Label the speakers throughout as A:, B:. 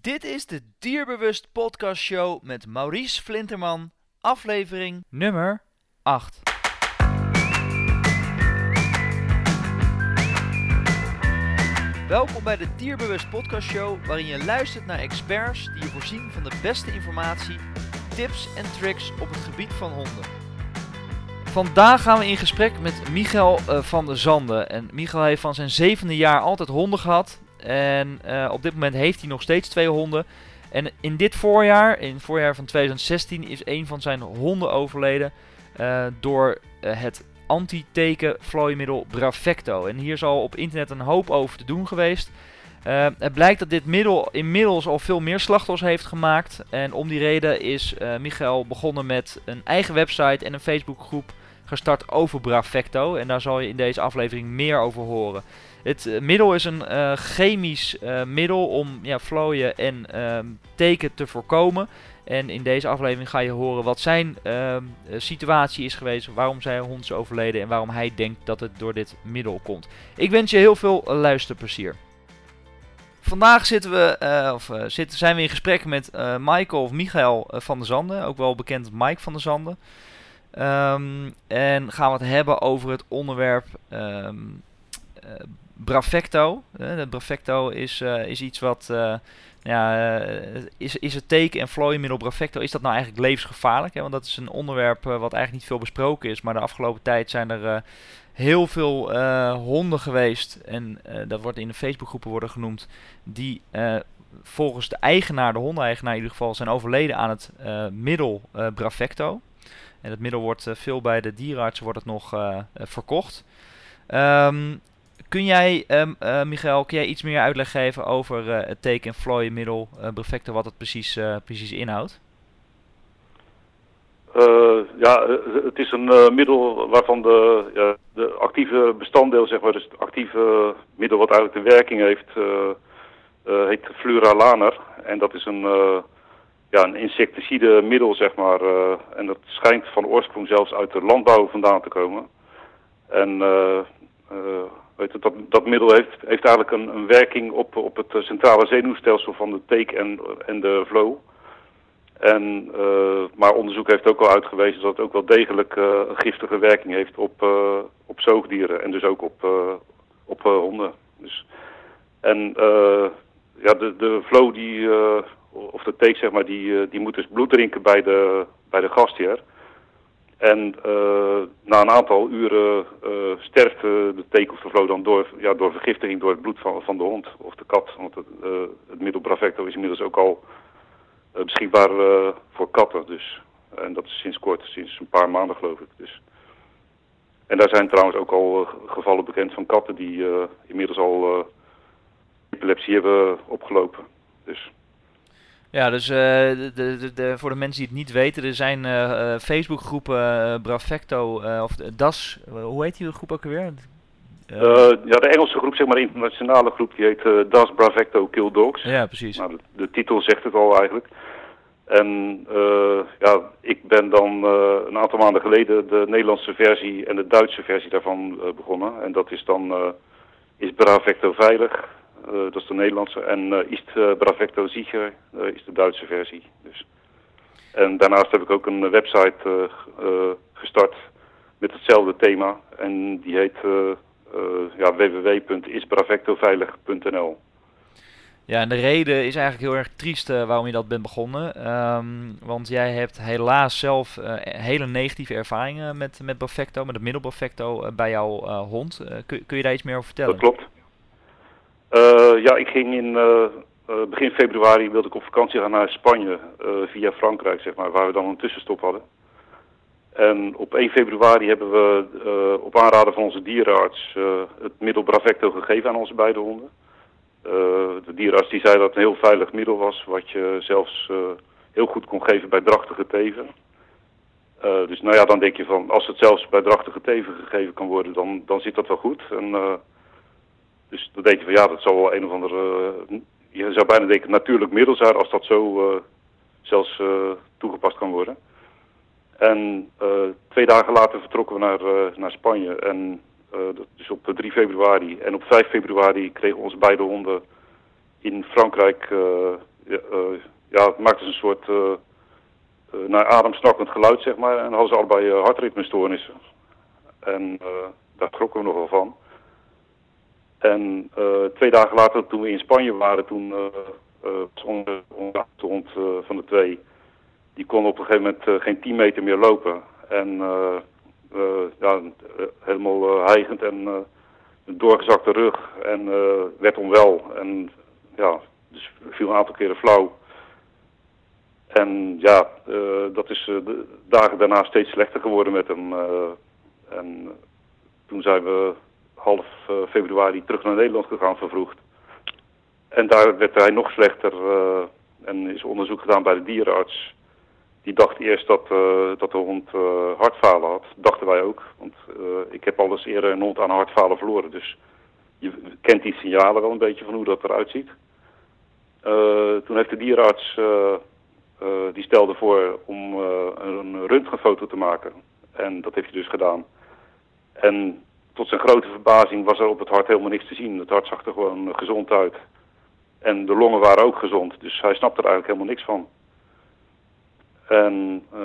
A: Dit is de Dierbewust Podcast Show met Maurice Flinterman, aflevering nummer 8. Welkom bij de Dierbewust Podcast Show, waarin je luistert naar experts die je voorzien van de beste informatie, tips en tricks op het gebied van honden. Vandaag gaan we in gesprek met Michael van der Zanden. En Michael heeft van zijn 7e jaar altijd honden gehad. En op dit moment heeft hij nog steeds 2 honden. En in dit voorjaar, in het voorjaar van 2016, is een van zijn honden overleden door het anti-tekenvlooimiddel Bravecto. En hier is al op internet een hoop over te doen geweest. Het blijkt dat dit middel inmiddels al veel meer slachtoffers heeft gemaakt. En om die reden is Michael begonnen met een eigen website en een Facebookgroep gestart over Bravecto. En daar zal je in deze aflevering meer over horen. Het middel is een chemisch middel om vlooien en teken te voorkomen. En in deze aflevering ga je horen wat zijn situatie is geweest, waarom zijn hond is overleden en waarom hij denkt dat het door dit middel komt. Ik wens je heel veel luisterplezier. Vandaag zijn we in gesprek met Michael van der Zanden, ook wel bekend Mike van der Zanden. En gaan we het hebben over het onderwerp Bravecto. Bravecto is iets wat... is het teken- en vlooimiddel Bravecto, is dat nou eigenlijk levensgevaarlijk? Hè? Want dat is een onderwerp wat eigenlijk niet veel besproken is. Maar de afgelopen tijd zijn er heel veel honden geweest. En dat wordt in de Facebookgroepen worden genoemd. Die volgens de eigenaar, de hondeneigenaar in ieder geval, zijn overleden aan het middel Bravecto. En het middel wordt veel bij de dierenartsen wordt het nog verkocht. Kun jij, Michael, iets meer uitleg geven over het teken- en vlooimiddel Bravecto, wat het precies inhoudt?
B: Het is een middel waarvan de actieve bestanddeel, zeg maar, dus het actieve middel wat eigenlijk de werking heeft, heet Fluralaner. En dat is een insecticide middel, zeg maar. En dat schijnt van oorsprong zelfs uit de landbouw vandaan te komen. En dat middel heeft eigenlijk een werking op het centrale zenuwstelsel van de teek en de vloo. Maar onderzoek heeft ook al uitgewezen dat het ook wel degelijk een giftige werking heeft op zoogdieren en dus ook op honden. Dus, de vloo of de teek, zeg maar, die moet dus bloed drinken bij de gastheer. En na een aantal uren sterft de teek of de vloo dan door vergiftiging door het bloed van de hond of de kat. Want het middel Bravecto is inmiddels ook al beschikbaar voor katten. Dus. En dat is sinds een paar maanden, geloof ik. Dus. En daar zijn trouwens ook al gevallen bekend van katten die inmiddels al epilepsie hebben opgelopen. Dus.
A: Ja, dus voor de mensen die het niet weten, er zijn Facebookgroepen Bravecto of DAS, hoe heet die groep ook alweer?
B: De Engelse groep, zeg maar, de internationale groep, die heet DAS Bravecto Kill Dogs.
A: Ja, precies.
B: Nou, de titel zegt het al eigenlijk. En ik ben dan een aantal maanden geleden de Nederlandse versie en de Duitse versie daarvan begonnen. En dat is dan is Bravecto Veilig. Dat is de Nederlandse. En Ist Bravecto Sicher is de Duitse versie. Dus. En daarnaast heb ik ook een website gestart met hetzelfde thema. En die heet www.isbravectoveilig.nl.
A: Ja, en de reden is eigenlijk heel erg triest waarom je dat bent begonnen. Want jij hebt helaas zelf hele negatieve ervaringen met Bravecto, met het middel Bravecto bij jouw hond. Kun je daar iets meer over vertellen?
B: Dat klopt. Ik ging in begin februari wilde ik op vakantie gaan naar Spanje via Frankrijk, zeg maar, waar we dan een tussenstop hadden. En op 1 februari hebben we op aanraden van onze dierenarts het middel Bravecto gegeven aan onze beide honden. De dierenarts die zei dat het een heel veilig middel was, wat je zelfs heel goed kon geven bij drachtige teven. Dus dan denk je van, als het zelfs bij drachtige teven gegeven kan worden, dan zit dat wel goed. Dus dan denk je van, dat zal wel een of ander, je zou bijna denken, natuurlijk middel zijn als dat zo zelfs toegepast kan worden. En 2 dagen later vertrokken we naar Spanje. En dus op 3 februari. En op 5 februari kregen onze beide honden in Frankrijk het maakte een soort naar adem snakkend geluid, zeg maar. En hadden ze allebei hartritmestoornissen. En daar schrokken we nogal van. En 2 dagen later, toen we in Spanje waren, toen was onze hond van de 2, die kon op een gegeven moment geen 10 meter meer lopen. En helemaal hijgend en een doorgezakte rug en werd onwel. En dus viel een aantal keren flauw. En dat is de dagen daarna steeds slechter geworden met hem. En toen zijn we half februari terug naar Nederland gegaan, vervroegd. En daar werd hij nog slechter en is onderzoek gedaan bij de dierenarts. Die dacht eerst dat de hond hartfalen had. Dachten wij ook, want ik heb al eens eerder een hond aan hartfalen verloren. Dus je kent die signalen wel een beetje van hoe dat eruit ziet. Toen heeft de dierenarts, die stelde voor om een röntgenfoto te maken. En dat heeft hij dus gedaan. En tot zijn grote verbazing was er op het hart helemaal niks te zien. Het hart zag er gewoon gezond uit. En de longen waren ook gezond. Dus hij snapte er eigenlijk helemaal niks van. En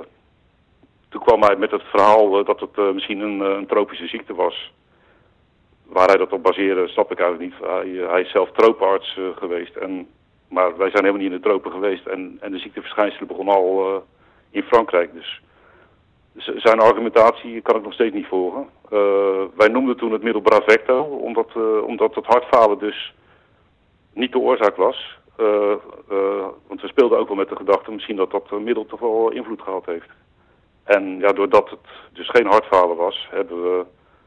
B: toen kwam hij met het verhaal dat het misschien een tropische ziekte was. Waar hij dat op baseerde, snap ik eigenlijk niet. Hij is zelf tropenarts geweest. Maar wij zijn helemaal niet in de tropen geweest. En de ziekteverschijnselen begonnen al in Frankrijk. Dus zijn argumentatie kan ik nog steeds niet volgen. Wij noemden toen het middel Bravecto, omdat het hartfalen dus niet de oorzaak was. Want we speelden ook wel met de gedachte misschien dat middel toch wel invloed gehad heeft. En doordat het dus geen hartfalen was, hebben we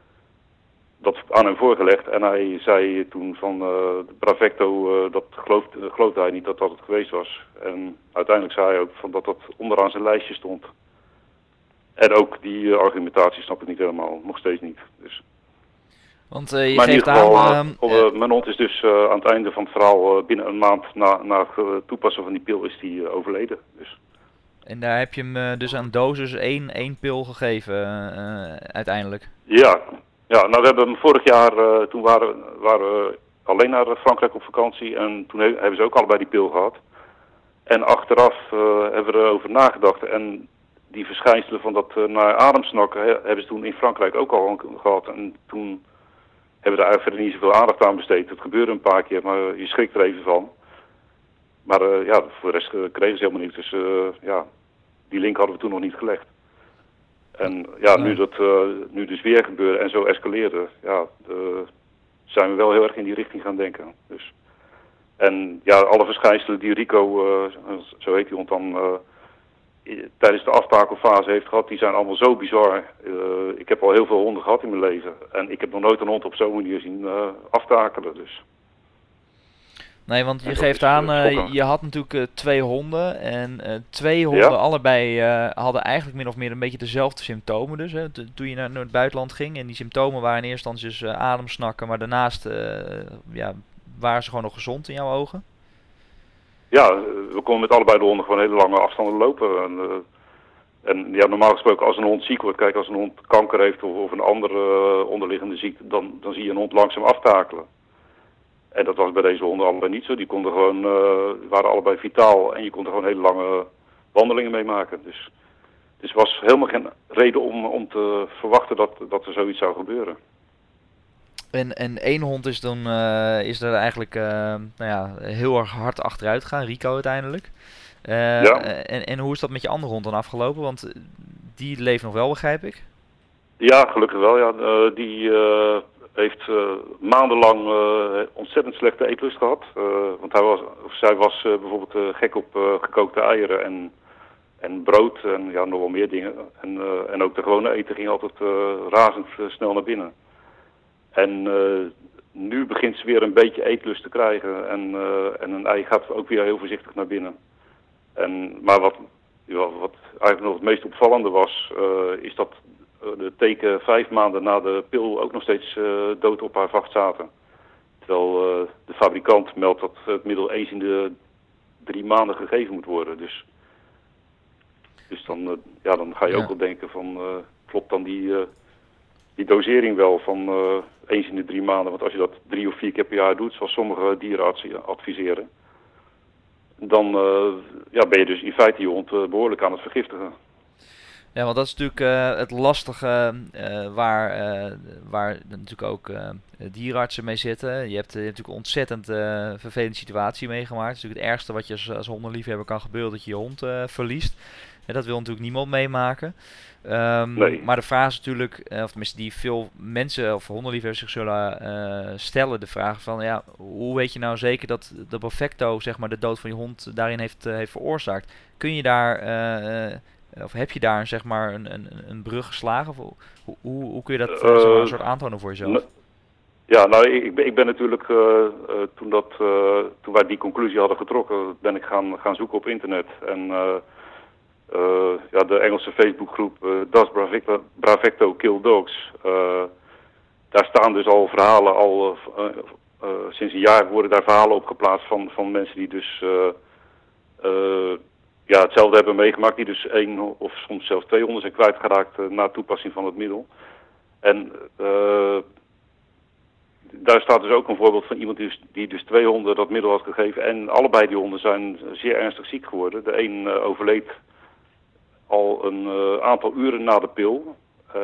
B: dat aan hem voorgelegd. En hij zei toen van Bravecto, dat geloofde hij niet dat het geweest was. En uiteindelijk zei hij ook van dat onderaan zijn lijstje stond. En ook die argumentatie snap ik niet helemaal, nog steeds niet. Dus.
A: Want je geeft aan...
B: mijn hond is dus aan het einde van het verhaal binnen een maand na het toepassen van die pil is die overleden. Dus.
A: En daar heb je hem dus aan dosis één pil gegeven uiteindelijk?
B: Ja, nou we hebben hem vorig jaar, toen waren we alleen naar Frankrijk op vakantie en toen hebben ze ook allebei die pil gehad. En achteraf hebben we erover nagedacht en die verschijnselen van dat naar adem snakken hebben ze toen in Frankrijk ook al gehad. En toen hebben we daar verder niet zoveel aandacht aan besteed. Het gebeurde een paar keer, maar je schrikt er even van. Maar voor de rest kregen ze helemaal niet. Dus die link hadden we toen nog niet gelegd. En nu dus weer gebeurde en zo escaleerde, zijn we wel heel erg in die richting gaan denken. Dus. En alle verschijnselen die Rico, zo heet hij hond dan, tijdens de aftakelfase heeft gehad, die zijn allemaal zo bizar. Ik heb al heel veel honden gehad in mijn leven. En ik heb nog nooit een hond op zo'n manier zien aftakelen. Dus.
A: Nee, want je geeft aan, je had natuurlijk 2 honden. En 2 honden, allebei hadden eigenlijk min of meer een beetje dezelfde symptomen. Dus toen je naar het buitenland ging. En die symptomen waren in eerste instantie dus ademsnakken. Maar daarnaast waren ze gewoon nog gezond in jouw ogen?
B: Ja, we konden met allebei de honden gewoon hele lange afstanden lopen. En normaal gesproken als een hond ziek wordt, kijk als een hond kanker heeft of een andere onderliggende ziekte, dan zie je een hond langzaam aftakelen. En dat was bij deze honden allebei niet zo. Die konden gewoon, waren allebei vitaal en je kon er gewoon hele lange wandelingen mee maken. Dus er was helemaal geen reden om te verwachten dat er zoiets zou gebeuren.
A: En 1 hond is dan is er eigenlijk heel erg hard achteruit gegaan, Rico uiteindelijk. En hoe is dat met je andere hond dan afgelopen? Want die leeft nog wel, begrijp ik? Ja,
B: gelukkig wel. Ja. Die heeft maandenlang ontzettend slechte eetlust gehad. Want zij was bijvoorbeeld gek op gekookte eieren en brood en nog wel meer dingen. En ook de gewone eten ging altijd razend snel naar binnen. En nu begint ze weer een beetje eetlust te krijgen en een ei gaat ook weer heel voorzichtig naar binnen. Maar wat eigenlijk nog het meest opvallende was, is dat de teken 5 maanden na de pil ook nog steeds dood op haar vacht zaten. Terwijl de fabrikant meldt dat het middel eens in de 3 maanden gegeven moet worden. Dus dan ga je ook wel denken van, klopt dan die dosering wel van eens in de 3 maanden. Want als je dat 3 of 4 keer per jaar doet, zoals sommige dierenartsen adviseren, dan ben je dus in feite je hond behoorlijk aan het vergiftigen.
A: Ja, want dat is natuurlijk het lastige waar natuurlijk ook dierenartsen mee zitten. Je hebt natuurlijk een ontzettend vervelende situatie meegemaakt. Het is natuurlijk het ergste wat je als hondenliefhebber kan gebeuren, dat je je hond verliest. Dat wil natuurlijk niemand meemaken.
B: Nee.
A: Maar de vraag is natuurlijk, of tenminste die veel mensen of hondenliefhebbers zich zullen stellen, de vraag van ja, hoe weet je nou zeker dat de Bravecto, zeg maar, de dood van je hond daarin heeft veroorzaakt? Kun je daar, of heb je daar zeg maar een brug geslagen? Of hoe kun je dat zeg maar, een soort aantonen voor jezelf?
B: Ja, nou, ik ben natuurlijk, toen wij die conclusie hadden getrokken, ben ik gaan zoeken op internet. En de Engelse Facebookgroep Does Bravecto Kill Dogs? Daar staan dus al verhalen, sinds een jaar worden daar verhalen op geplaatst van mensen die dus hetzelfde hebben meegemaakt. Die dus 1 of soms zelfs 2 honden zijn kwijtgeraakt na toepassing van het middel. En daar staat dus ook een voorbeeld van iemand die dus 2 honden dat middel had gegeven. En allebei die honden zijn zeer ernstig ziek geworden. De een overleed al een aantal uren na de pil.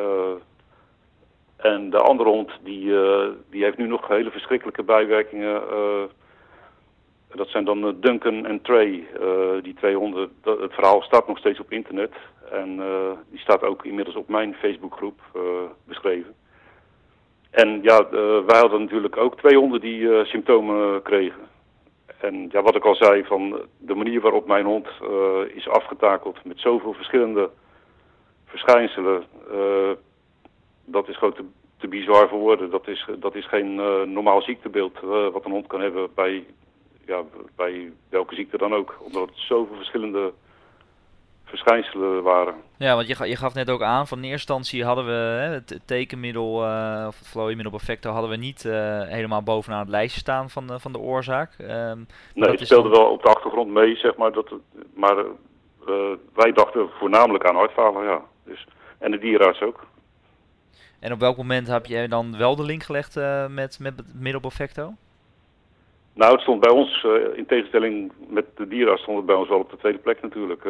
B: En de andere hond die heeft nu nog hele verschrikkelijke bijwerkingen. Dat zijn dan Duncan en Trey. Die 2 honden, het verhaal staat nog steeds op internet. En die staat ook inmiddels op mijn Facebookgroep beschreven. En ja, wij hadden natuurlijk ook 2 honden die symptomen kregen. En ja, wat ik al zei, van de manier waarop mijn hond is afgetakeld met zoveel verschillende verschijnselen, dat is gewoon te bizar voor woorden. Dat is geen normaal ziektebeeld wat een hond kan hebben bij welke ziekte dan ook. Omdat het zoveel verschillende verschijnselen waren.
A: Ja, want je gaf net ook aan, van in eerste instantie hadden we het tekenmiddel, of het vlooienmiddel Bravecto, hadden we niet helemaal bovenaan het lijstje staan van de oorzaak.
B: Nee, het speelde wel op de achtergrond mee, zeg maar. Maar wij dachten voornamelijk aan hartfalen, ja. Dus, en de dierenarts ook.
A: En op welk moment heb jij dan wel de link gelegd met het middel Bravecto?
B: Nou, het stond bij ons, in tegenstelling met de dierenarts, stond het bij ons wel op de tweede plek natuurlijk.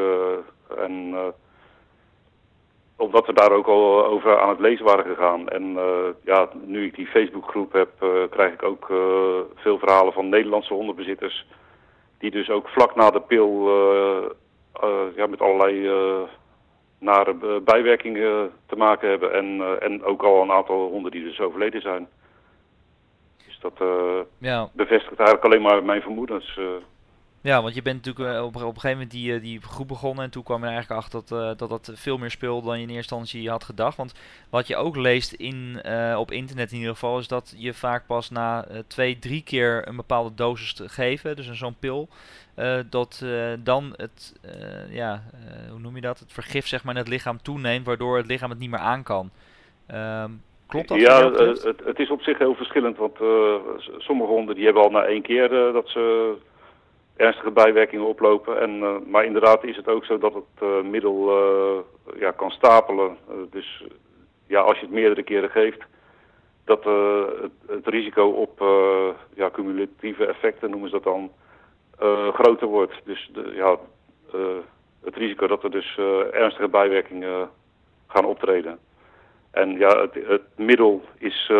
B: Omdat we daar ook al over aan het lezen waren gegaan. En nu ik die Facebookgroep heb, krijg ik ook veel verhalen van Nederlandse hondenbezitters. Die dus ook vlak na de pil met allerlei nare bijwerkingen te maken hebben. En ook al een aantal honden die dus overleden zijn. Dus dat bevestigt eigenlijk alleen maar mijn vermoedens.
A: Ja, want je bent natuurlijk op een gegeven moment die groep begonnen en toen kwam je er eigenlijk achter dat veel meer speelde dan je in eerste instantie had gedacht. Want wat je ook leest op internet in ieder geval is dat je vaak pas na 2-3 keer een bepaalde dosis te geven, dus zo'n pil, dat dan hoe noem je dat, het vergif zeg maar in het lichaam toeneemt, waardoor het lichaam het niet meer aan kan. Klopt dat?
B: Ja, het is op zich heel verschillend, want sommige honden die hebben al na 1 keer dat ze ernstige bijwerkingen oplopen. Maar inderdaad is het ook zo dat het middel kan stapelen. Dus als je het meerdere keren geeft, dat het risico op cumulatieve effecten, noemen ze dat dan, groter wordt. Dus het risico dat er dus ernstige bijwerkingen gaan optreden. En ja, het middel is,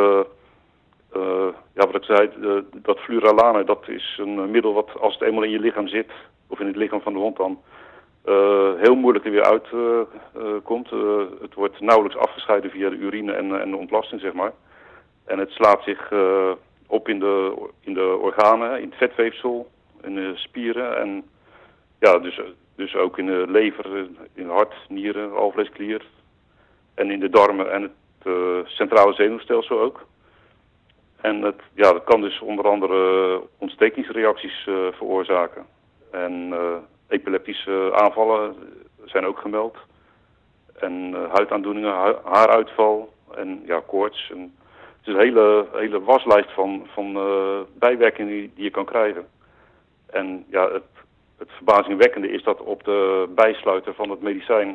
B: wat ik zei, dat fluoralane, dat is een middel wat als het eenmaal in je lichaam zit, of in het lichaam van de hond dan, heel moeilijk er weer uit komt. Het wordt nauwelijks afgescheiden via de urine en de ontlasting, zeg maar. En het slaat zich op in de organen, in het vetweefsel, in de spieren en ja, dus ook in de lever, in het hart, nieren, alvleesklier. En in de darmen en het centrale zenuwstelsel ook. En dat kan dus onder andere ontstekingsreacties veroorzaken. En epileptische aanvallen zijn ook gemeld. En huidaandoeningen, haaruitval en koorts. En het is een hele waslijst van bijwerkingen die je kan krijgen. En ja, het verbazingwekkende is dat op de bijsluiter van het medicijn,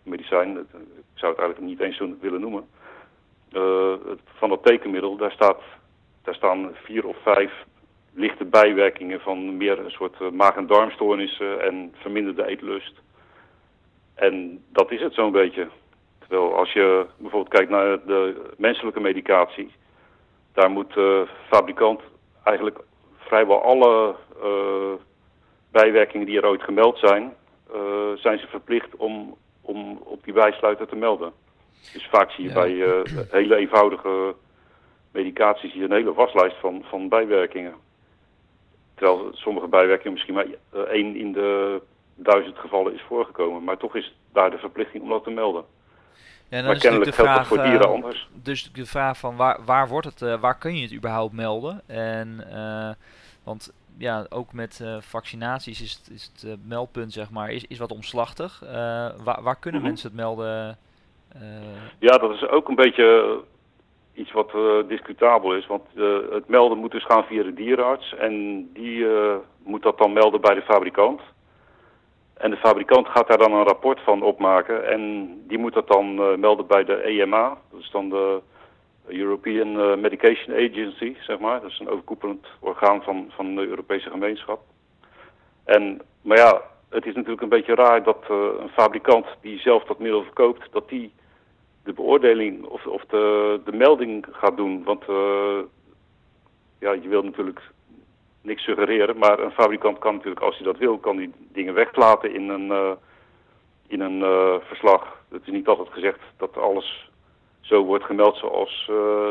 B: ik zou het eigenlijk niet eens zo willen noemen, van dat tekenmiddel, daar staan 4 of 5 lichte bijwerkingen van meer een soort maag- en darmstoornissen en verminderde eetlust. En dat is het zo'n beetje. Terwijl als je bijvoorbeeld kijkt naar de menselijke medicatie, daar moet de fabrikant eigenlijk vrijwel alle bijwerkingen die er ooit gemeld zijn ze verplicht om op die bijsluiter te melden. Dus vaak zie je bij hele eenvoudige medicatie zie je een hele waslijst van bijwerkingen. Terwijl sommige bijwerkingen misschien maar 1 in de 1000 gevallen is voorgekomen. Maar toch is daar de verplichting om dat te melden.
A: Ja, en dan
B: maar
A: is
B: kennelijk
A: natuurlijk
B: geldt dat voor dieren anders.
A: Dus de vraag van waar kun je het überhaupt melden? En, want ja, ook met vaccinaties is het meldpunt zeg maar, is wat omslachtig. Waar kunnen mensen het melden?
B: Ja, dat is ook een beetje iets wat discutabel is. Want het melden moet dus gaan via de dierenarts. En die moet dat dan melden bij de fabrikant. En de fabrikant gaat daar dan een rapport van opmaken. En die moet dat dan melden bij de EMA. Dat is dan de European Medication Agency, zeg maar. Dat is een overkoepelend orgaan van de Europese gemeenschap. Maar ja, het is natuurlijk een beetje raar dat een fabrikant die zelf dat middel verkoopt, dat die de beoordeling of de melding gaat doen. Want je wil natuurlijk niks suggereren, maar een fabrikant kan natuurlijk, als hij dat wil, kan die dingen weglaten in een verslag. Het is niet altijd gezegd dat alles zo wordt gemeld zoals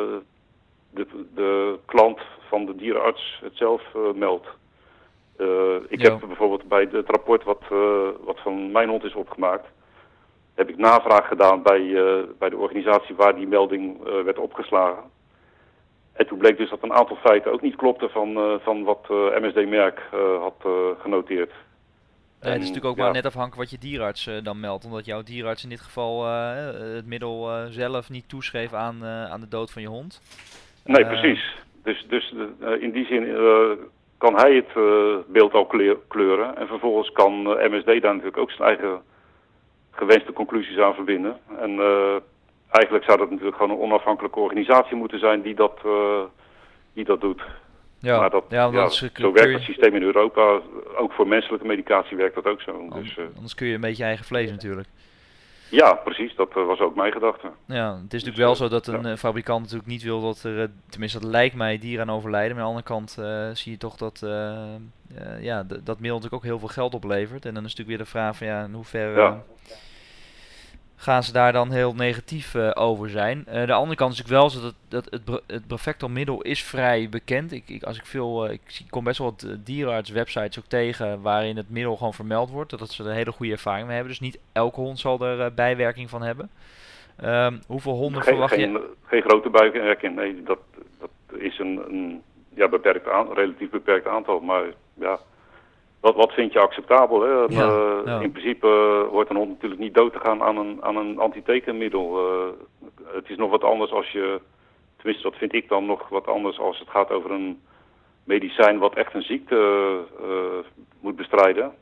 B: de klant van de dierenarts het zelf meldt. Ik heb bijvoorbeeld bij het rapport wat van mijn hond is opgemaakt, heb ik navraag gedaan bij de organisatie waar die melding werd opgeslagen. En toen bleek dus dat een aantal feiten ook niet klopten van wat MSD-merk had genoteerd.
A: Het is natuurlijk ook maar net afhankelijk wat je dierenarts dan meldt. Omdat jouw dierenarts in dit geval het middel zelf niet toeschreef aan de dood van je hond.
B: Nee, precies. Dus in die zin kan hij het beeld al kleuren. En vervolgens kan MSD daar natuurlijk ook zijn eigen gewenste conclusies aan verbinden. En eigenlijk zou dat natuurlijk gewoon een onafhankelijke organisatie moeten zijn die dat doet.
A: Ja,
B: maar zo werkt het systeem in Europa. Ook voor menselijke medicatie werkt dat ook zo.
A: Anders kun je een beetje eigen vlees natuurlijk.
B: Ja, precies. Dat was ook mijn gedachte.
A: Ja, het is natuurlijk wel zo dat een fabrikant natuurlijk niet wil dat er, tenminste dat lijkt mij, dieren aan overlijden. Maar aan de andere kant zie je toch dat dat middel natuurlijk ook heel veel geld oplevert. En dan is natuurlijk weer de vraag van in hoeverre gaan ze daar dan heel negatief over zijn. De andere kant is natuurlijk wel zo dat het Brevecto middel is vrij bekend. Ik kom best wel wat dierenarts websites ook tegen waarin het middel gewoon vermeld wordt. Dat ze er een hele goede ervaring mee hebben. Dus niet elke hond zal er bijwerking van hebben. Hoeveel honden verwacht je?
B: Geen grote bijwerking, nee. Dat is een relatief beperkt aantal. Maar ja, wat vind je acceptabel? Hè? In principe hoort een hond natuurlijk niet dood te gaan aan een antitekenmiddel. Het is nog wat anders als tenminste dat vind ik dan nog wat anders als het gaat over een medicijn wat echt een ziekte moet bestrijden.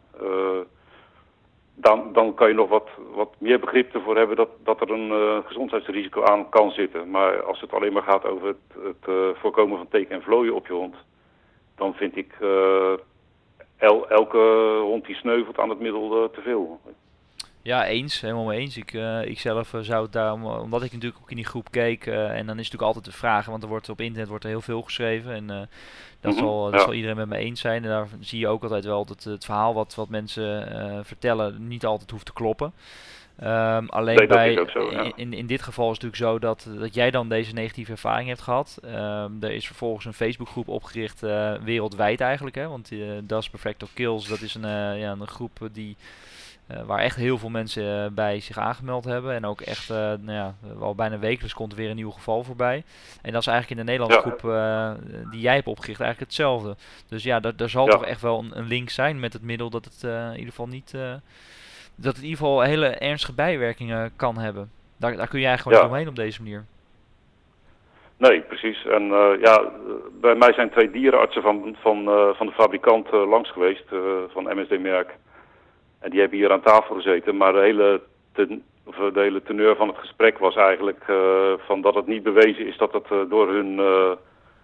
B: Dan kan je nog wat meer begrip ervoor hebben dat er een gezondheidsrisico aan kan zitten. Maar als het alleen maar gaat over het voorkomen van teken en vlooien op je hond, dan vind ik elke hond die sneuvelt aan het middel te veel.
A: Ja, helemaal mee eens. Ik zelf zou het daarom, omdat ik natuurlijk ook in die groep keek, en dan is het natuurlijk altijd de vraag, want op internet wordt er heel veel geschreven en dat zal iedereen met me eens zijn. En daar zie je ook altijd wel dat het verhaal wat mensen vertellen niet altijd hoeft te kloppen. Alleen in dit geval is het natuurlijk zo dat jij dan deze negatieve ervaring hebt gehad. Er is vervolgens een Facebookgroep opgericht wereldwijd eigenlijk. Hè, want Das Brevecto Kills, dat is een groep waar echt heel veel mensen bij zich aangemeld hebben. En ook echt, wel bijna wekelijks komt er weer een nieuw geval voorbij. En dat is eigenlijk in de Nederlandse groep die jij hebt opgericht eigenlijk hetzelfde. Dus ja, daar zal toch echt wel een link zijn met het middel dat het in ieder geval niet... dat het in ieder geval hele ernstige bijwerkingen kan hebben. Daar kun je eigenlijk gewoon niet omheen op deze manier.
B: Nee, precies. En bij mij zijn 2 dierenartsen van de fabrikant langs geweest, van MSD-merk. En die hebben hier aan tafel gezeten, maar de hele teneur van het gesprek was eigenlijk van dat het niet bewezen is dat het door hun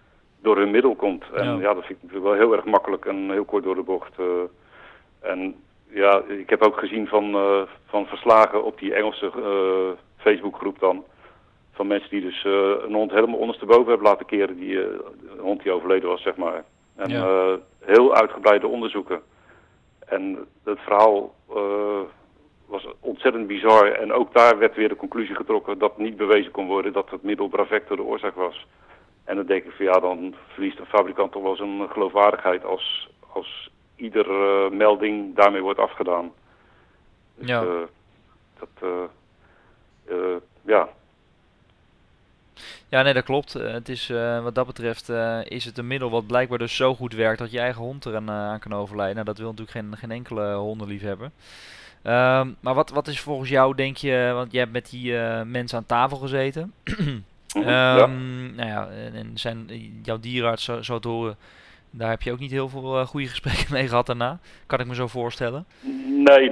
B: door hun middel komt. En ja, dat vind ik natuurlijk wel heel erg makkelijk en heel kort door de bocht. En ja, ik heb ook gezien van verslagen op die Engelse Facebookgroep dan. Van mensen die dus een hond helemaal ondersteboven hebben laten keren. Een hond die overleden was, zeg maar. En heel uitgebreide onderzoeken. En het verhaal was ontzettend bizar. En ook daar werd weer de conclusie getrokken dat niet bewezen kon worden dat het middel Bravecto de oorzaak was. En dan denk ik van ja, dan verliest een fabrikant toch wel zijn geloofwaardigheid als iedere melding daarmee wordt afgedaan. Dus, ja.
A: Ja, nee, dat klopt. Het is, wat dat betreft is het een middel wat blijkbaar dus zo goed werkt dat je eigen hond er aan kan overlijden. Nou, dat wil natuurlijk geen enkele hondenliefhebber. Maar wat is volgens jou, denk je, want jij hebt met die mensen aan tafel gezeten. Nou ja, en zijn jouw dierenarts zo te horen, daar heb je ook niet heel veel goede gesprekken mee gehad daarna. Kan ik me zo voorstellen?
B: Nee,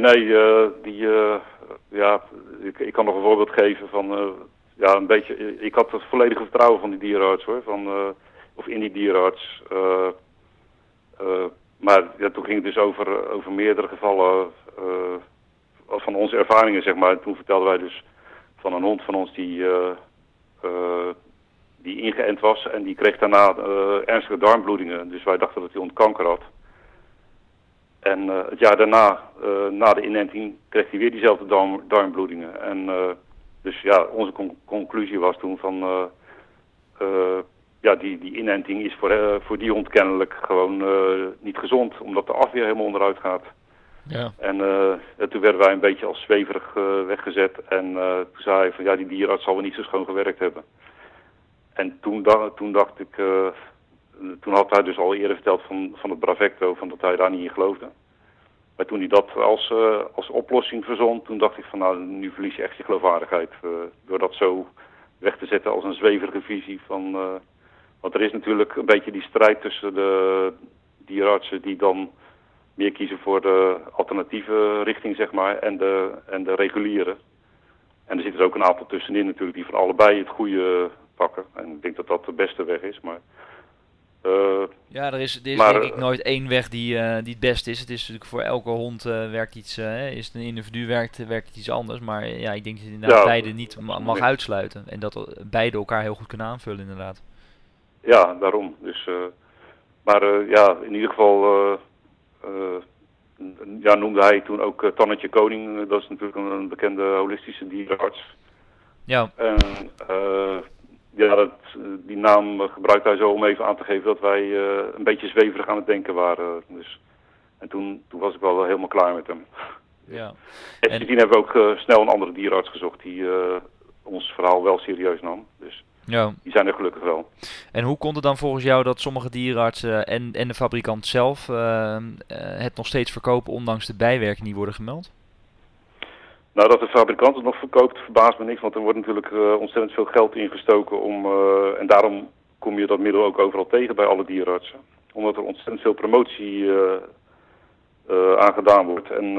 B: ik kan nog een voorbeeld geven van, een beetje, ik had het volledige vertrouwen van die dierenarts hoor, of in die dierenarts. Maar ja, toen ging het dus over meerdere gevallen van onze ervaringen, zeg maar. En toen vertelden wij dus van een hond van ons die ingeënt was en die kreeg daarna ernstige darmbloedingen. Dus wij dachten dat hij hond kanker had. En het jaar daarna, na de inenting, kreeg hij weer diezelfde darmbloedingen. En dus ja, onze conclusie was toen van die inenting is voor die hond kennelijk gewoon niet gezond, omdat de afweer helemaal onderuit gaat.
A: Ja.
B: En toen werden wij een beetje als zweverig weggezet. En toen zei hij van ja, die dierenarts zal wel niet zo schoon gewerkt hebben. En toen dacht ik, toen had hij dus al eerder verteld van het Bravecto, van dat hij daar niet in geloofde. Maar toen hij dat als oplossing verzon, toen dacht ik van nou, nu verlies je echt je geloofwaardigheid. Door dat zo weg te zetten als een zweverige visie van... want er is natuurlijk een beetje die strijd tussen de dierenartsen die dan meer kiezen voor de alternatieve richting, zeg maar, en de reguliere. En er zit er ook een aantal tussenin natuurlijk die van allebei het goede pakken. En ik denk dat dat de beste weg is, maar...
A: ja, er is denk ik nooit één weg die het beste is. Het is natuurlijk voor elke hond werkt iets, is het een individu werkt het iets anders. Maar ja, ik denk dat je inderdaad beide niet mag uitsluiten. En dat beide elkaar heel goed kunnen aanvullen inderdaad.
B: Ja, daarom. Dus, in ieder geval noemde hij toen ook Tannetje Koning. Dat is natuurlijk een bekende holistische dierenarts.
A: Ja.
B: En die naam gebruikte hij zo om even aan te geven dat wij een beetje zweverig aan het denken waren. Dus, en toen was ik wel helemaal klaar met hem.
A: Ja.
B: En sindsdien hebben we ook snel een andere dierenarts gezocht die ons verhaal wel serieus nam. Dus die zijn er gelukkig wel.
A: En hoe komt het dan volgens jou dat sommige dierenartsen en de fabrikant zelf het nog steeds verkopen ondanks de bijwerkingen die worden gemeld?
B: Nou, dat de fabrikant het nog verkoopt, verbaast me niks, want er wordt natuurlijk ontzettend veel geld ingestoken en daarom kom je dat middel ook overal tegen bij alle dierenartsen. Omdat er ontzettend veel promotie aan gedaan wordt en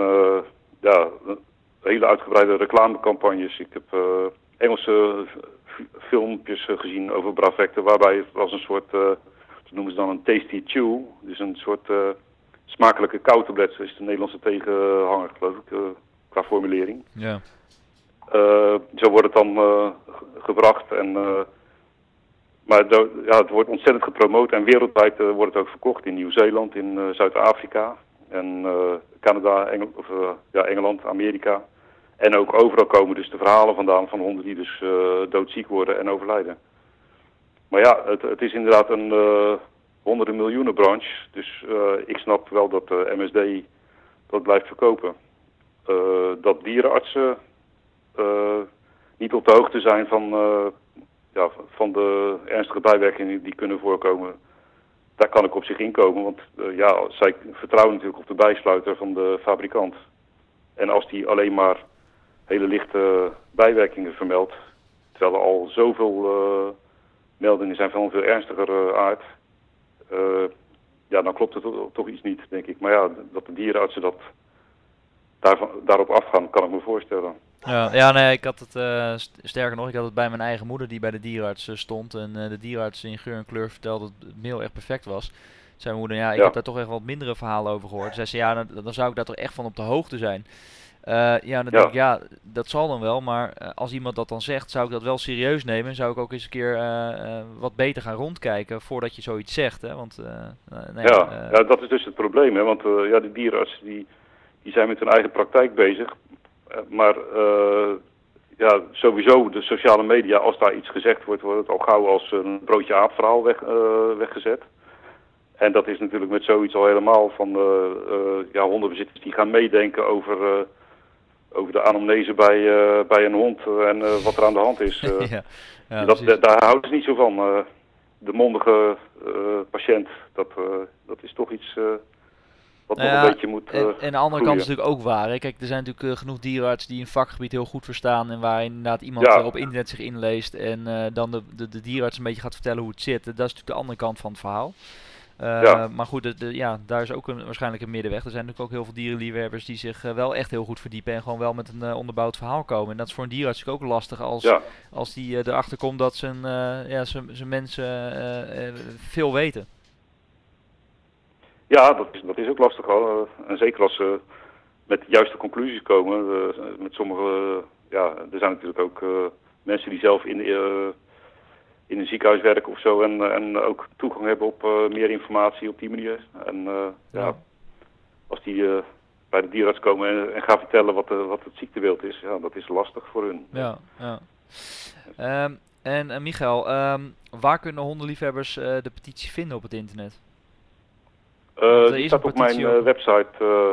B: hele uitgebreide reclamecampagnes. Ik heb Engelse filmpjes gezien over Bravecto, waarbij het als een soort, dat noemen ze dan een tasty chew, dus een soort smakelijke kauwtablet, is de Nederlandse tegenhanger, geloof ik. Qua formulering.
A: Ja.
B: Zo wordt het dan gebracht. Maar het wordt ontzettend gepromoot en wereldwijd wordt het ook verkocht in Nieuw-Zeeland, in Zuid-Afrika en Canada, Engeland, Amerika. En ook overal komen dus de verhalen vandaan van honden die dus doodziek worden en overlijden. Maar ja, het is inderdaad een honderden miljoenen branche. Dus ik snap wel dat MSD dat blijft verkopen. Dat dierenartsen niet op de hoogte zijn van de ernstige bijwerkingen die kunnen voorkomen, daar kan ik op zich inkomen. Want zij vertrouwen natuurlijk op de bijsluiter van de fabrikant. En als die alleen maar hele lichte bijwerkingen vermeldt, terwijl er al zoveel meldingen zijn van een veel ernstiger aard, dan klopt het toch iets niet, denk ik. Maar ja, dat de dierenartsen daarop afgaan, kan ik me voorstellen.
A: Ja, nee, ik had het, sterker nog, ik had het bij mijn eigen moeder die bij de dierenarts stond. En de dierenarts in geur en kleur vertelde dat het meel echt perfect was. Zei mijn moeder, ja, ik heb
B: Ja,
A: daar toch echt wat mindere verhalen over gehoord. Zei ze, ja, dan zou ik daar toch echt van op de hoogte zijn. Ja, dan denk ik,
B: ja.
A: ja, dat zal dan wel. Maar als iemand dat dan zegt, zou ik dat wel serieus nemen. En zou ik ook eens een keer wat beter gaan rondkijken voordat je zoiets zegt. Hè? Want, nou ja,
B: Ja, dat is dus het probleem, hè. Want ja, de dierenartsen die zijn met hun eigen praktijk bezig. Maar ja, sowieso de sociale media, als daar iets gezegd wordt, wordt het al gauw als een broodje aap verhaal weggezet. En dat is natuurlijk met zoiets al helemaal van ja, hondenbezitters die gaan meedenken over de anamnese bij een hond en wat er aan de hand is.
A: ja, ja, precies.
B: Daar houden ze niet zo van. De mondige patiënt, dat is toch iets wat
A: Nou
B: nog een
A: ja,
B: beetje moet
A: en de andere kant is
B: groeien.
A: natuurlijk ook waar. Hè. Kijk, er zijn natuurlijk genoeg dierenartsen die een vakgebied heel goed verstaan. En waar inderdaad iemand
B: Ja,
A: op internet zich inleest. En dan de dierenarts een beetje gaat vertellen hoe het zit. Dat is natuurlijk de andere kant van het verhaal.
B: ja,
A: Maar goed, ja, daar is ook waarschijnlijk een middenweg. Er zijn natuurlijk ook heel veel dierenliefhebbers die zich wel echt heel goed verdiepen. En gewoon wel met een onderbouwd verhaal komen. En dat is voor een dierenarts natuurlijk ook lastig
B: ja.
A: als die erachter komt dat ja, zijn mensen veel weten.
B: Ja, dat is ook lastig al. En zeker als ze met de juiste conclusies komen. Met sommige, ja, er zijn natuurlijk ook mensen die zelf in een ziekenhuis werken of zo. En ook toegang hebben op meer informatie op die manier. En
A: Ja.
B: ja, als die bij de dierenarts komen en gaan vertellen wat het ziektebeeld is, ja, dat is lastig voor hun.
A: Ja, ja. En Michael, waar kunnen hondenliefhebbers de petitie vinden op het internet? Want er
B: Die
A: is een
B: staat op
A: petitie
B: mijn
A: ook.
B: website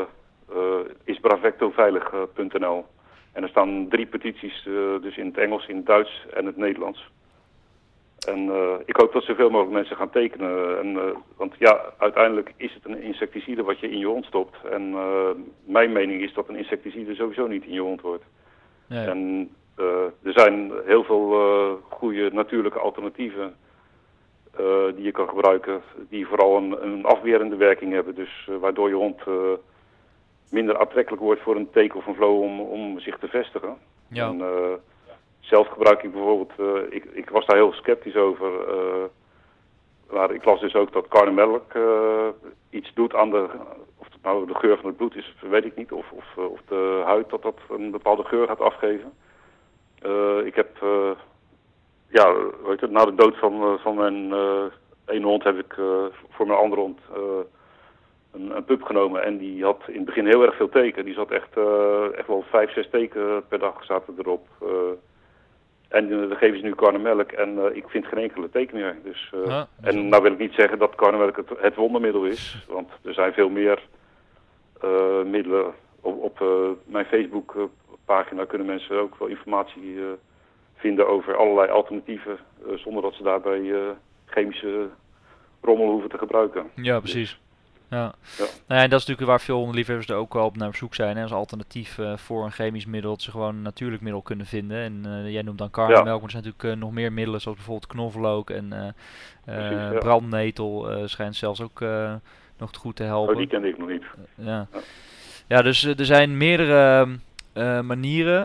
B: isbravectoveilig.nl. En er staan 3 petities, dus in het Engels, in het Duits en het Nederlands. En ik hoop dat zoveel mogelijk mensen gaan tekenen. Want ja, uiteindelijk is het een insecticide wat je in je hond stopt. En mijn mening is dat een insecticide sowieso niet in je hond hoort.
A: Nee.
B: En er zijn heel veel goede natuurlijke alternatieven die je kan gebruiken. Die vooral een afwerende werking hebben. Dus waardoor je hond minder aantrekkelijk wordt voor een teken of een flow om zich te vestigen.
A: Ja.
B: En, zelf gebruik ik bijvoorbeeld, ik was daar heel sceptisch over, maar ik las dus ook dat karnemelk iets doet aan of het nou de geur van het bloed is, weet ik niet, of de huid dat een bepaalde geur gaat afgeven. Ik heb, ja, weet je, na de dood van mijn ene hond heb ik voor mijn andere hond een pup genomen en die had in het begin heel erg veel teken. Die zat echt wel 5, 6 teken per dag zaten erop. En dan geven ze nu karnemelk en ik vind geen enkele teken meer. Dus, en nou wil ik niet zeggen dat karnemelk het wondermiddel is. Want er zijn veel meer middelen. Op mijn Facebook pagina kunnen mensen ook wel informatie vinden over allerlei alternatieven. Zonder dat ze daarbij chemische rommel hoeven te gebruiken.
A: Ja, precies. Ja.
B: Ja.
A: Nou ja, en dat is natuurlijk waar veel hondenliefhebbers er ook wel op naar zoek zijn. Hè, als alternatief voor een chemisch middel, dat ze gewoon een natuurlijk middel kunnen vinden. En jij noemt dan karnemelk, maar er zijn natuurlijk nog meer middelen, zoals bijvoorbeeld knoflook en
B: Precies, ja.
A: brandnetel schijnt zelfs ook nog goed te helpen.
B: Oh, die kende ik nog niet.
A: Ja. Ja, dus er zijn meerdere manieren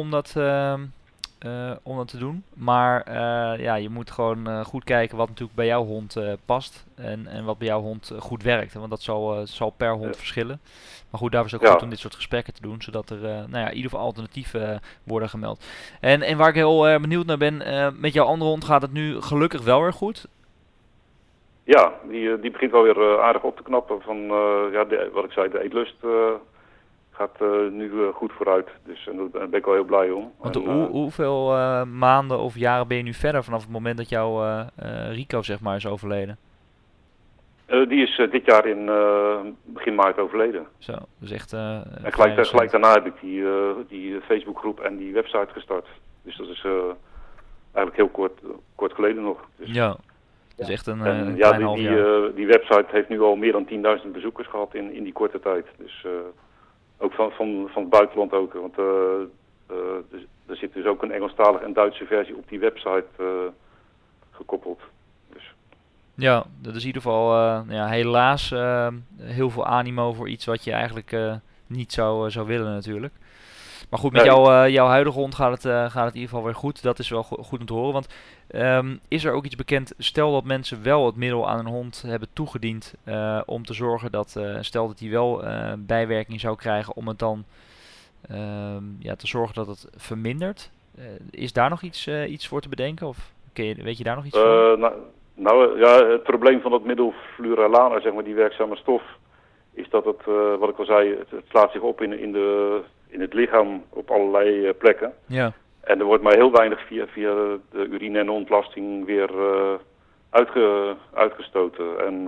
A: om dat te doen. Maar ja, je moet gewoon goed kijken wat natuurlijk bij jouw hond past. En wat bij jouw hond goed werkt. Want dat zal per hond verschillen. Maar goed, daarvoor is het ook goed om dit soort gesprekken te doen. Zodat er nou ja, in ieder geval alternatieven worden gemeld. En waar ik heel benieuwd naar ben. Met jouw andere hond gaat het nu gelukkig wel weer goed.
B: Ja, die begint wel weer aardig op te knappen. Van, ja, wat ik zei, de eetlust gaat nu goed vooruit. Dus daar ben ik wel heel blij om.
A: Want
B: En,
A: hoeveel maanden of jaren ben je nu verder vanaf het moment dat jouw Rico zeg maar is overleden?
B: die is dit jaar in begin maart overleden.
A: Zo, dus echt
B: En gelijk daarna heb ik die Facebookgroep en die website gestart. Dus dat is eigenlijk heel kort geleden nog. Dus,
A: ja, dus echt een
B: en
A: klein half jaar.
B: die website heeft nu al meer dan 10.000 bezoekers gehad in die korte tijd. Dus ook van het buitenland ook. Want er zit dus ook een Engelstalige en Duitse versie op die website gekoppeld. Dus.
A: Ja, dat is in ieder geval ja, helaas heel veel animo voor iets wat je eigenlijk niet zou willen natuurlijk. Maar goed, met jouw huidige hond gaat het in ieder geval weer goed. Dat is wel goed om te horen. Want is er ook iets bekend, stel dat mensen wel het middel aan een hond hebben toegediend om te zorgen dat, stel dat hij wel bijwerking zou krijgen, om het dan te zorgen dat het vermindert. Is daar nog iets voor te bedenken? Of weet je daar nog iets van?
B: Het probleem van dat middel Fluralana, zeg maar, die werkzame stof, is dat het, wat ik al zei, het slaat zich op in het lichaam op allerlei plekken.
A: Ja.
B: En er wordt maar heel weinig via de urine en ontlasting weer uitgestoten. En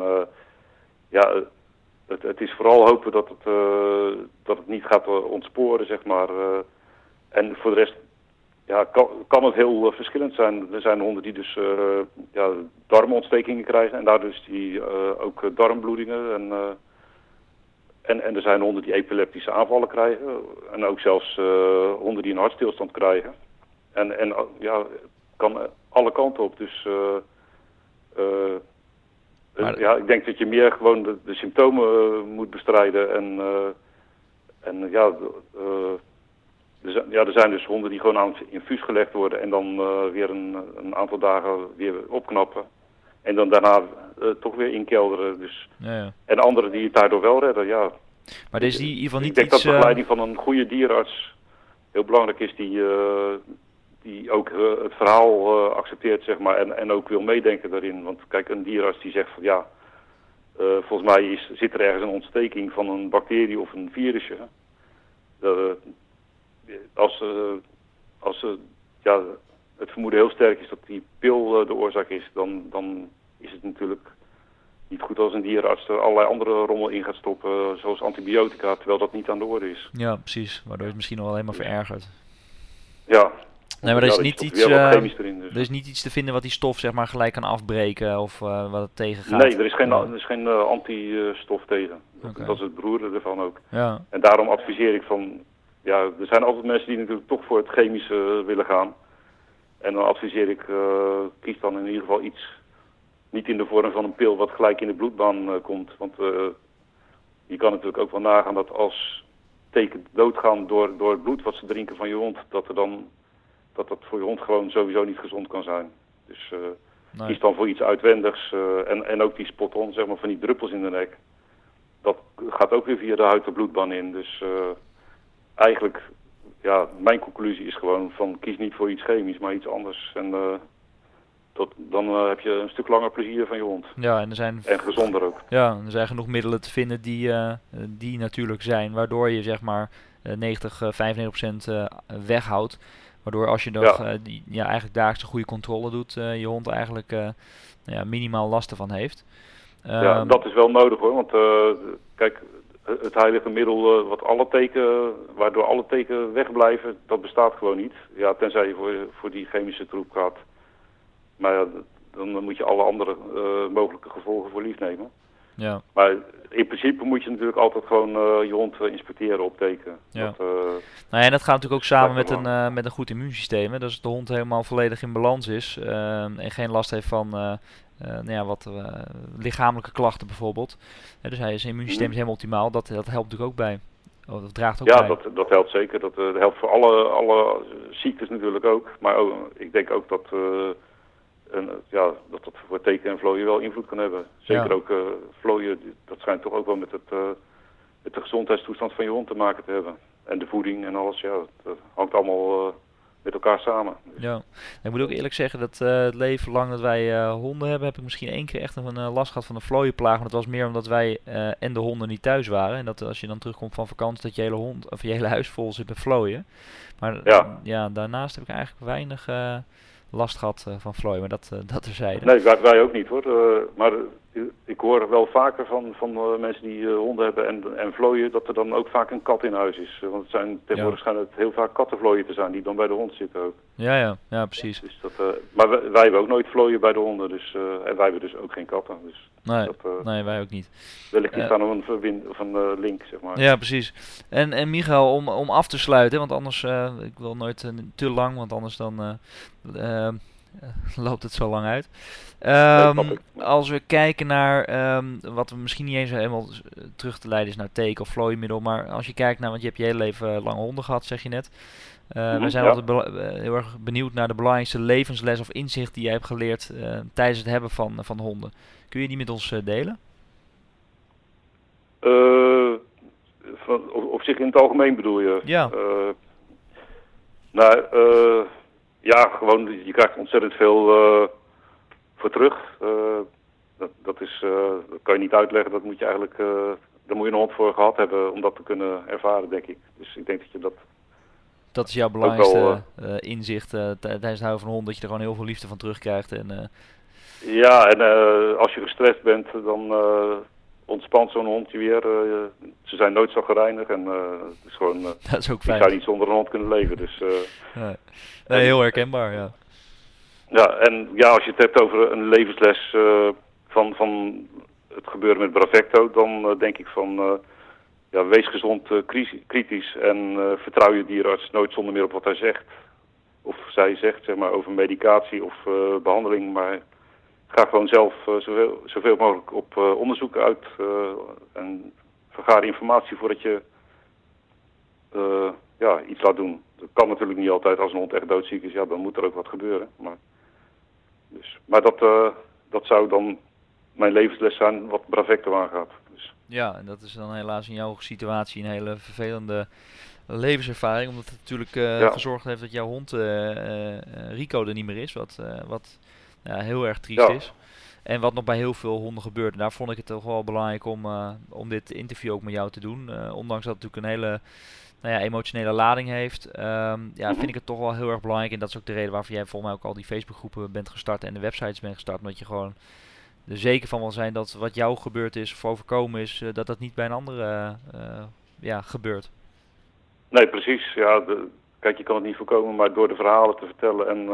B: het is vooral hopen dat het niet gaat ontsporen, zeg maar. En voor de rest kan het heel verschillend zijn. Er zijn honden die dus darmontstekingen krijgen en daardoor dus die ook darmbloedingen. En er zijn honden die epileptische aanvallen krijgen. En ook zelfs honden die een hartstilstand krijgen. En kan alle kanten op. Dus ik denk dat je meer gewoon de symptomen moet bestrijden. Er zijn dus honden die gewoon aan het infuus gelegd worden en dan weer een aantal dagen weer opknappen. En dan daarna toch weer inkelderen. Dus. Ja. En anderen die het daardoor wel redden, ja.
A: Maar er is in ieder geval niet
B: ik denk dat de begeleiding van een goede dierenarts heel belangrijk is, die ook het verhaal accepteert, zeg maar, en ook wil meedenken daarin. Want kijk, een dierenarts die zegt van volgens mij zit er ergens een ontsteking van een bacterie of een virusje. Als het vermoeden heel sterk is dat die pil de oorzaak is, dan is het natuurlijk niet goed als een dierenarts er allerlei andere rommel in gaat stoppen, zoals antibiotica, terwijl dat niet aan de orde is.
A: Ja, precies. Waardoor het misschien nog alleen maar verergert.
B: Ja.
A: Nee, maar er is niet iets.
B: Chemisch erin, dus.
A: Er is niet iets te vinden wat die stof, zeg maar, gelijk kan afbreken of wat het tegengaat.
B: Nee, er is geen antistof tegen.
A: Okay.
B: Dat is het beroerde ervan ook.
A: Ja.
B: En daarom adviseer ik van, er zijn altijd mensen die natuurlijk toch voor het chemische willen gaan. En dan adviseer ik, kies dan in ieder geval iets, niet in de vorm van een pil wat gelijk in de bloedbaan komt. Want je kan natuurlijk ook wel nagaan dat als teken doodgaan door het bloed wat ze drinken van je hond, dat dat voor je hond gewoon sowieso niet gezond kan zijn. Dus kies dan voor iets uitwendigs en ook die spot-on, zeg maar, van die druppels in de nek. Dat gaat ook weer via de huid de bloedbaan in. Dus eigenlijk, mijn conclusie is gewoon van kies niet voor iets chemisch, maar iets anders. En dan heb je een stuk langer plezier van je hond.
A: Ja, en
B: gezonder ook.
A: Ja, er zijn genoeg middelen te vinden die natuurlijk zijn, waardoor je zeg maar 95% weghoudt. Waardoor als je nog eigenlijk dagelijks een goede controle doet, je hond eigenlijk minimaal last ervan heeft.
B: Dat is wel nodig hoor, want kijk, het heilige middel waardoor alle teken wegblijven, dat bestaat gewoon niet. Ja, tenzij je voor die chemische troep gaat. Maar dan moet je alle andere mogelijke gevolgen voor lief nemen.
A: Ja.
B: Maar in principe moet je natuurlijk altijd gewoon je hond inspecteren op teken.
A: Ja. En dat gaat natuurlijk ook samen met een goed immuunsysteem. Hè? Dus de hond helemaal volledig in balans is en geen last heeft van lichamelijke klachten bijvoorbeeld. Dus zijn immuunsysteem is helemaal optimaal. Dat helpt natuurlijk ook bij. Dat draagt ook bij.
B: Ja, dat helpt zeker. Dat helpt voor alle ziektes natuurlijk ook. Maar ik denk ook dat dat voor teken en vlooien wel invloed kan hebben. Zeker ook vlooien, dat schijnt toch ook wel met de gezondheidstoestand van je hond te maken te hebben. En de voeding en alles, dat hangt allemaal met elkaar samen.
A: Ja, ik moet ook eerlijk zeggen dat het leven lang dat wij honden hebben, heb ik misschien 1 keer echt een last gehad van een vlooienplaag. Maar dat was meer omdat wij en de honden niet thuis waren. En dat als je dan terugkomt van vakantie, dat je hele huis vol zit met vlooien. Maar daarnaast heb ik eigenlijk weinig last gehad van vlooien, maar dat terzijde.
B: Nee, wij ook niet hoor. Maar ik hoor wel vaker van mensen die honden hebben en vlooien, dat er dan ook vaak een kat in huis is. Want tegenwoordig schijnen het heel vaak kattenvlooien te zijn die dan bij de hond zitten ook. Ja,
A: precies.
B: Dus maar wij hebben ook nooit vlooien bij de honden, dus, en wij hebben dus ook geen katten. Dus
A: nee, wij ook niet.
B: Wellicht is daar nog een link, zeg maar.
A: Ja, precies. En Michael, om af te sluiten, want anders, ik wil nooit te lang, want anders dan loopt het zo lang uit.
B: snap ik.
A: Als we kijken naar wat we misschien niet eens helemaal terug te leiden is naar teken of vlooimiddel, maar als je kijkt naar, want je hebt je hele leven lange honden gehad, zeg je net. We zijn altijd heel erg benieuwd naar de belangrijkste levensles of inzicht die jij hebt geleerd tijdens het hebben van honden. Kun je die met ons delen?
B: Op zich in het algemeen bedoel je?
A: Ja.
B: Ja, gewoon, je krijgt ontzettend veel voor terug. Dat kan je niet uitleggen, dat moet je eigenlijk, daar moet je een hond voor gehad hebben om dat te kunnen ervaren, denk ik. Dus ik denk dat je dat...
A: Dat is jouw belangrijkste inzicht tijdens het houden van een hond, dat je er gewoon heel veel liefde van terugkrijgt.
B: Ja, en als je gestrest bent, dan ontspant zo'n hondje weer. Ze zijn nooit zo gereinigd en het is gewoon...
A: dat is ook
B: je
A: fijn.
B: zou niet zonder een hond kunnen leven, dus...
A: Nee, heel herkenbaar, ja.
B: Ja, en ja, als je het hebt over een levensles van het gebeuren met Bravecto, dan denk ik van... wees gezond kritisch en vertrouw je dierenarts nooit zonder meer op wat hij zegt. Of zij zegt, zeg maar, over medicatie of behandeling. Maar ga gewoon zelf zoveel mogelijk op onderzoek uit en vergaar informatie voordat je iets laat doen. Dat kan natuurlijk niet altijd. Als een hond echt doodziek is, ja, dan moet er ook wat gebeuren. Maar dat zou dan mijn levensles zijn wat Bravecto aangaat. Dus.
A: Ja, en dat is dan helaas in jouw situatie een hele vervelende levenservaring. Omdat het natuurlijk gezorgd heeft dat jouw hond Rico er niet meer is. Wat heel erg triest is. En wat nog bij heel veel honden gebeurt. En daar vond ik het toch wel belangrijk om dit interview ook met jou te doen. Ondanks dat het natuurlijk een hele emotionele lading heeft. Vind ik het toch wel heel erg belangrijk. En dat is ook de reden waarvoor jij volgens mij ook al die Facebookgroepen bent gestart en de websites bent gestart. Omdat je gewoon er zeker van wil zijn dat wat jou gebeurd is of overkomen is, dat dat niet bij een andere gebeurt.
B: Nee, precies. Ja, kijk, je kan het niet voorkomen, maar door de verhalen te vertellen en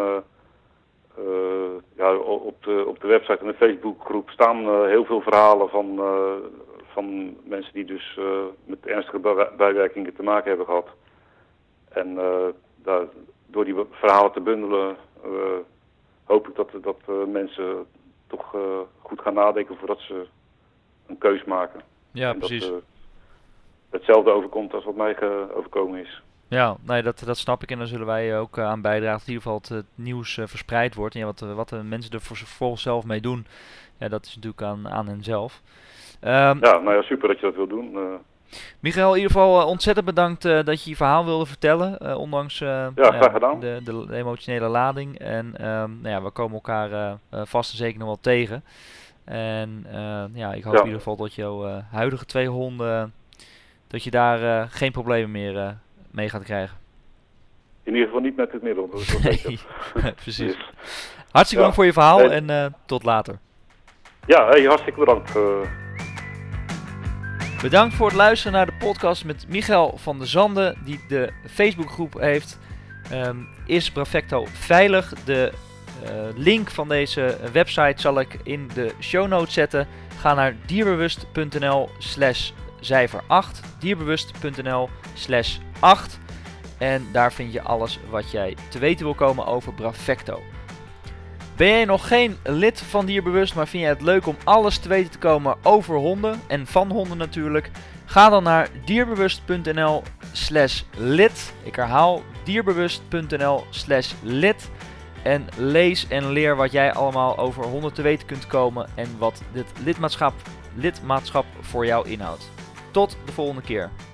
B: op de website en de Facebookgroep staan heel veel verhalen van mensen die dus met ernstige bijwerkingen te maken hebben gehad. En door die verhalen te bundelen hoop ik dat mensen toch goed gaan nadenken voordat ze een keus maken.
A: Ja,
B: en
A: precies.
B: Dat hetzelfde overkomt als wat mij overkomen is.
A: Ja, nee, dat snap ik en daar zullen wij ook aan bijdragen dat in ieder geval het nieuws verspreid wordt. En wat de mensen er voor zelf mee doen, dat is natuurlijk aan hen zelf.
B: Super dat je dat wil doen.
A: Michael, in ieder geval ontzettend bedankt dat je je verhaal wilde vertellen, ondanks
B: graag gedaan.
A: De emotionele lading. En we komen elkaar vast en zeker nog wel tegen. En ik hoop in ieder geval dat jouw huidige 2 honden, dat je daar geen problemen meer mee gaat krijgen.
B: In ieder geval niet met het middel, dat is wel zeker.
A: Precies. Dus. Hartstikke bedankt voor je verhaal en tot later.
B: Ja, hartstikke bedankt.
A: Bedankt voor het luisteren naar de podcast met Michael van der Zanden, die de Facebookgroep heeft. Is Bravecto veilig? De link van deze website zal ik in de show notes zetten. Ga naar dierbewust.nl/cijfer8. Dierbewust.nl/8. En daar vind je alles wat jij te weten wil komen over Bravecto. Ben jij nog geen lid van Dierbewust, maar vind jij het leuk om alles te weten te komen over honden en van honden natuurlijk? Ga dan naar dierbewust.nl/lid. Ik herhaal dierbewust.nl/lid. En lees en leer wat jij allemaal over honden te weten kunt komen en wat dit lidmaatschap voor jou inhoudt. Tot de volgende keer.